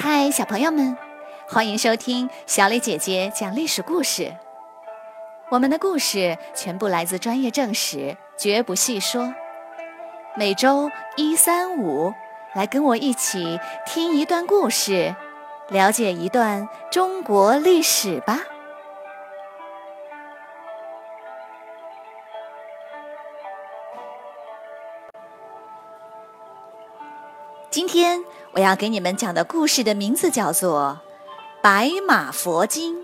嗨，小朋友们，欢迎收听小磊姐姐讲历史故事。我们的故事全部来自专业正史，绝不细说。每周1、3、5来跟我一起听一段故事，了解一段中国历史吧。今天我要给你们讲的故事的名字叫做《白马佛经》。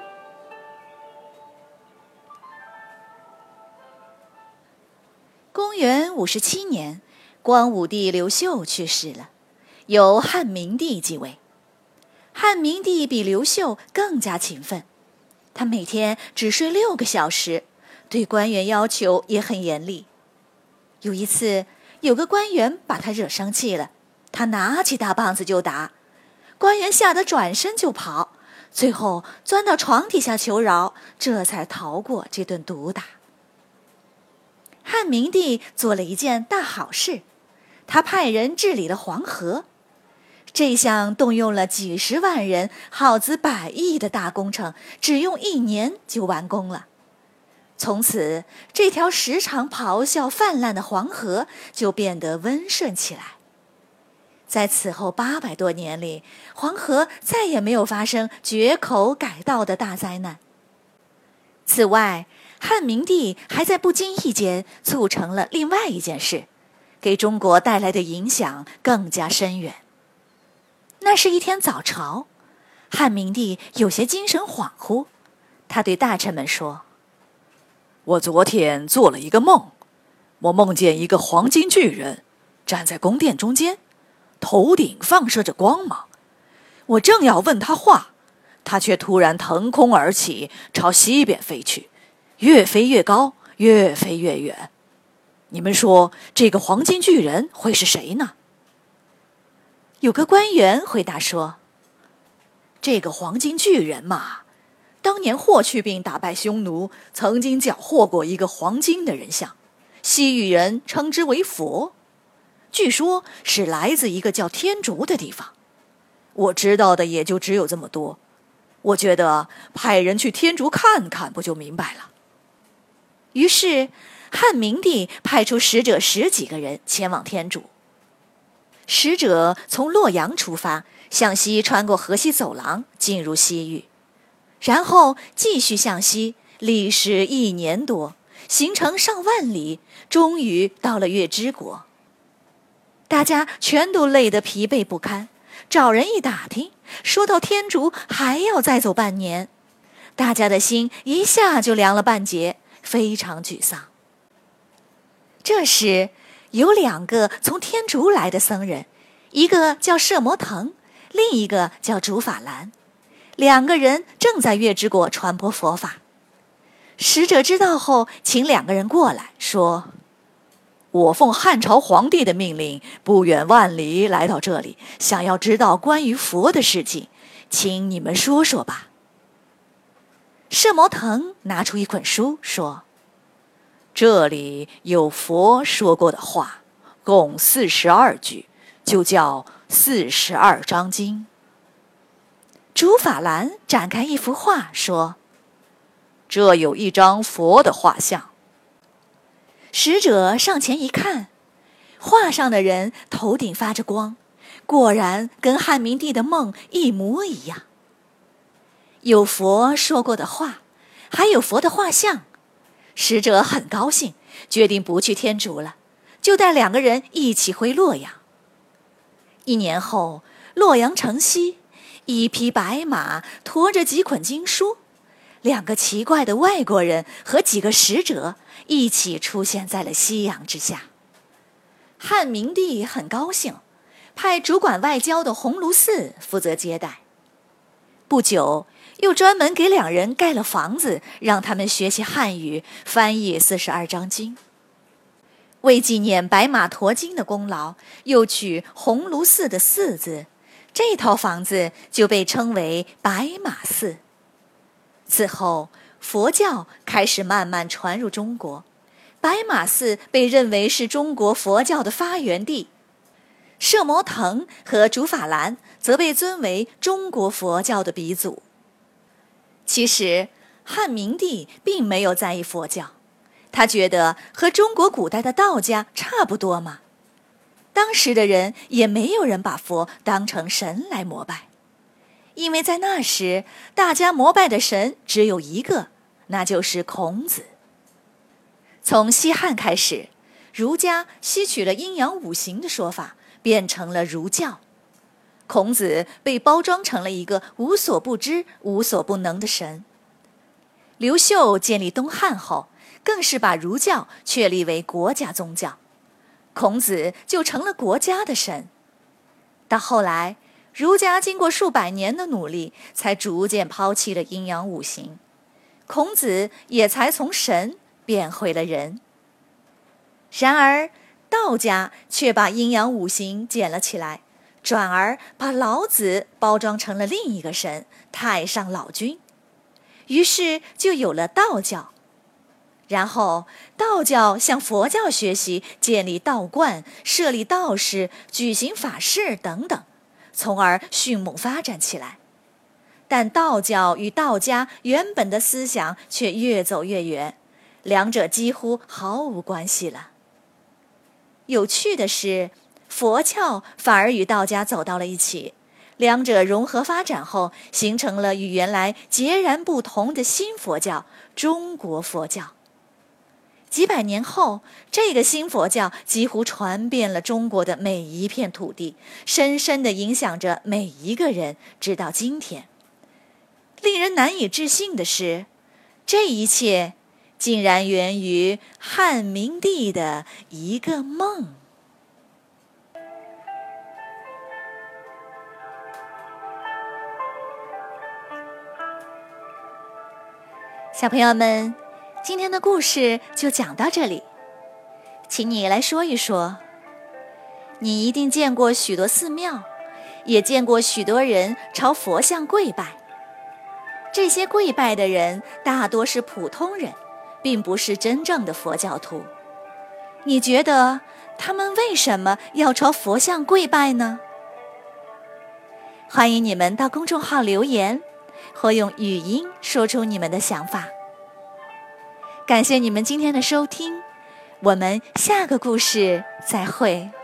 公元57年，光武帝刘秀去世了，由汉明帝继位。汉明帝比刘秀更加勤奋，他每天只睡6个小时，对官员要求也很严厉。有一次，有个官员把他惹生气了，他拿起大棒子就打，官员吓得转身就跑，最后钻到床底下求饶，这才逃过这顿毒打。汉明帝做了一件大好事，他派人治理了黄河。这项动用了几十万人、耗资100亿的大工程，只用1年就完工了。从此，这条时常咆哮泛滥的黄河就变得温顺起来。在此后800多年里，黄河再也没有发生决口改道的大灾难。此外，汉明帝还在不经意间促成了另外一件事，给中国带来的影响更加深远。那是一天早朝，汉明帝有些精神恍惚，他对大臣们说：“ 我昨天做了一个梦，我梦见一个黄金巨人站在宫殿中间，头顶放射着光芒。我正要问他话，他却突然腾空而起，朝西边飞去，越飞越高，越飞越远。你们说这个黄金巨人会是谁呢？” 有个官员回答说：“ 这个黄金巨人嘛，当年霍去病打败匈奴，曾经缴获过一个黄金的人像，西域人称之为佛，据说是来自一个叫天竺的地方。我知道的也就只有这么多，我觉得派人去天竺看看不就明白了。” 于是汉明帝派出使者10几个人前往天竺。使者从洛阳出发，向西穿过河西走廊，进入西域，然后继续向西，历时1年多，行程上万里，终于到了月支国。大家全都累得疲惫不堪，找人一打听，说到天竺还要再走半年，大家的心一下就凉了半截，非常沮丧。这时有2个从天竺来的僧人，一个叫摄摩腾，另一个叫竺法兰，2个人正在月支国传播佛法。使者知道后，请2个人过来，说：“我奉汉朝皇帝的命令，不远万里来到这里，想要知道关于佛的事情，请你们说说吧。”摄摩腾拿出一捆书，说：“这里有佛说过的话，共42句，就叫42章经。”竺法兰展开一幅画，说：“这有一张佛的画像。”使者上前一看，画上的人头顶发着光，果然跟汉明帝的梦一模一样。有佛说过的话，还有佛的画像，使者很高兴，决定不去天竺了，就带2个人一起回洛阳。1年后，洛阳城西，一匹白马驮着几捆经书，2个奇怪的外国人和几个使者一起出现在了夕阳之下。汉明帝很高兴，派主管外交的鸿胪寺负责接待。不久，又专门给2人盖了房子，让他们学习汉语，翻译42章经。为纪念白马驮经的功劳，又取鸿胪寺的寺字，这套房子就被称为白马寺。此后，佛教开始慢慢传入中国，白马寺被认为是中国佛教的发源地。 摄摩腾和竺法兰则被尊为中国佛教的鼻祖。其实，汉明帝并没有在意佛教，他觉得和中国古代的道家差不多嘛。当时的人也没有人把佛当成神来膜拜，因为在那时，大家膜拜的神只有一个，那就是孔子。从西汉开始，儒家吸取了阴阳五行的说法，变成了儒教。孔子被包装成了一个无所不知、无所不能的神。刘秀建立东汉后，更是把儒教确立为国家宗教，孔子就成了国家的神。到后来，儒家经过数百年的努力，才逐渐抛弃了阴阳五行，孔子也才从神变回了人。然而，道家却把阴阳五行捡了起来，转而把老子包装成了另一个神太上老君，于是就有了道教。然后道教向佛教学习，建立道观，设立道士，举行法事等等，从而迅猛发展起来。但道教与道家原本的思想却越走越远，两者几乎毫无关系了。有趣的是，佛教反而与道家走到了一起，两者融合发展后，形成了与原来截然不同的新佛教——中国佛教。几百年后，这个新佛教几乎传遍了中国的每一片土地，深深地影响着每一个人，直到今天。令人难以置信的是，这一切竟然源于汉明帝的一个梦。小朋友们，今天的故事就讲到这里，请你来说一说，你一定见过许多寺庙，也见过许多人朝佛像跪拜。这些跪拜的人大多是普通人，并不是真正的佛教徒。你觉得他们为什么要朝佛像跪拜呢？欢迎你们到公众号留言，或用语音说出你们的想法。感谢你们今天的收听，我们下个故事再会。